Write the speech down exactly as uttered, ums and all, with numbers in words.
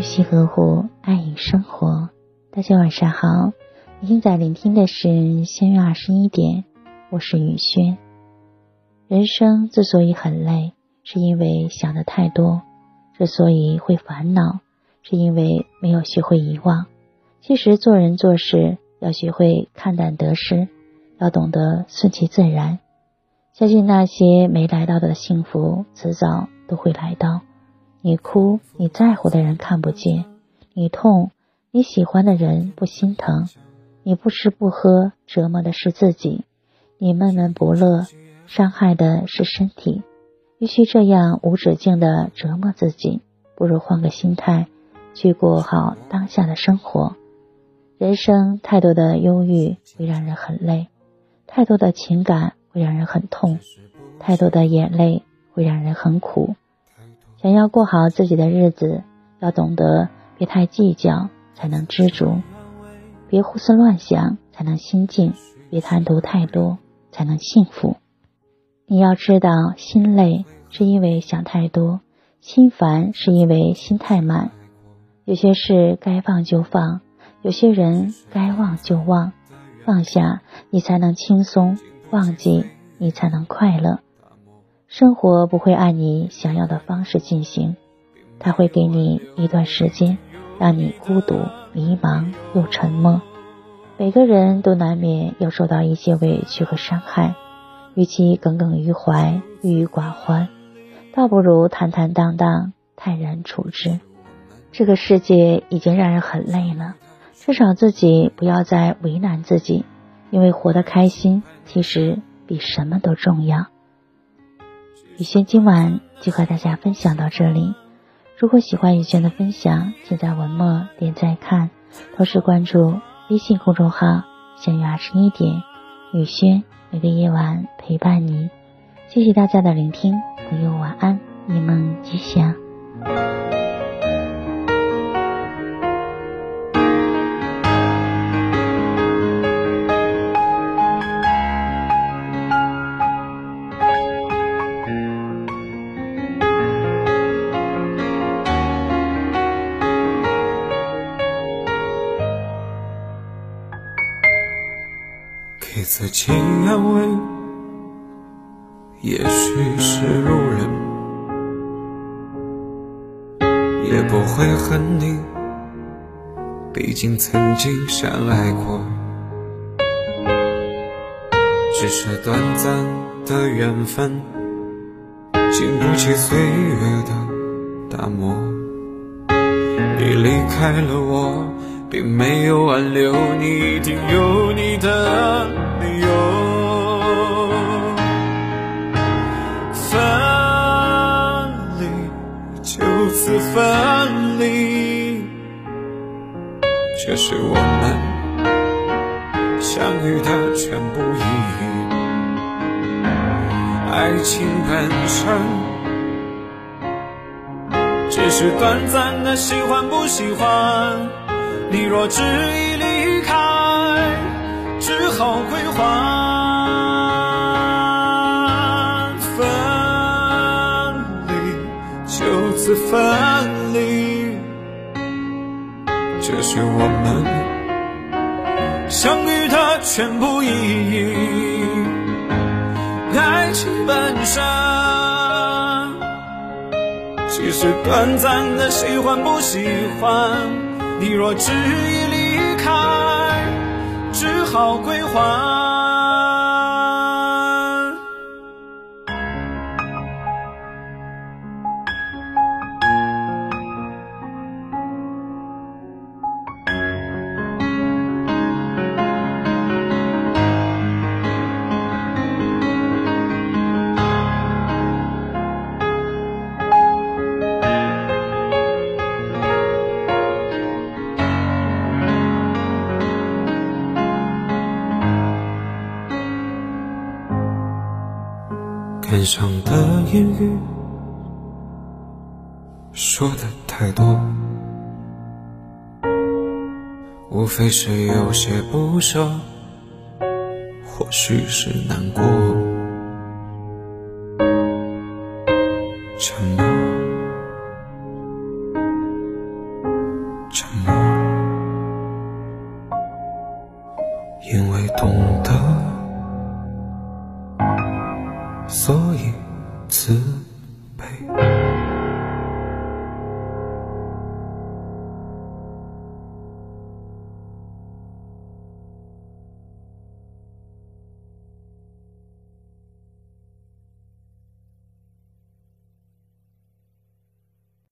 西河湖，爱与生活。大家晚上好，你现在聆听的是先约二十一点，我是雨轩。人生之所以很累，是因为想的太多；之所以会烦恼，是因为没有学会遗忘。其实做人做事要学会看淡得失，要懂得顺其自然。相信那些没来到的幸福，迟早都会来到。你哭，你在乎的人看不见；你痛，你喜欢的人不心疼；你不吃不喝，折磨的是自己；你闷闷不乐，伤害的是身体。与其这样无止境的折磨自己，不如换个心态，去过好当下的生活。人生太多的忧郁会让人很累，太多的情感会让人很痛，太多的眼泪会让人很苦。想要过好自己的日子，要懂得别太计较，才能知足；别胡思乱想，才能心静；别贪图太多，才能幸福。你要知道，心累是因为想太多，心烦是因为心太满。有些事该放就放，有些人该忘就忘。放下，你才能轻松；忘记，你才能快乐。生活不会按你想要的方式进行，它会给你一段时间，让你孤独、迷茫又沉默。每个人都难免要受到一些委屈和伤害，与其耿耿于怀、郁郁寡欢，倒不如坦坦荡荡、泰然处之。这个世界已经让人很累了，至少自己不要再为难自己，因为活得开心其实比什么都重要。雨轩今晚就和大家分享到这里，如果喜欢雨轩的分享，请在文末点赞看，同时关注微信公众号先约二十一点，雨轩每个夜晚陪伴你。谢谢大家的聆听，朋友晚安，你们吉祥。 给自己安慰，也许是路人，也不会恨你，毕竟曾经相爱过。只是短暂的缘分，经不起岁月的打磨。你离开了我，并没有挽留你，一定有你的理由。分离，就此分离，这是我们相遇的全部意义。爱情本身只是短暂的喜欢不喜欢，你若执意离开，只好归还。分离，就此分离，这是我们相遇的全部意义。爱情本身只是短暂的喜欢不喜欢，你若执意离开，只好归还。脸上的言语说的太多，无非是有些不舍，或许是难过。沉默懂得，所以此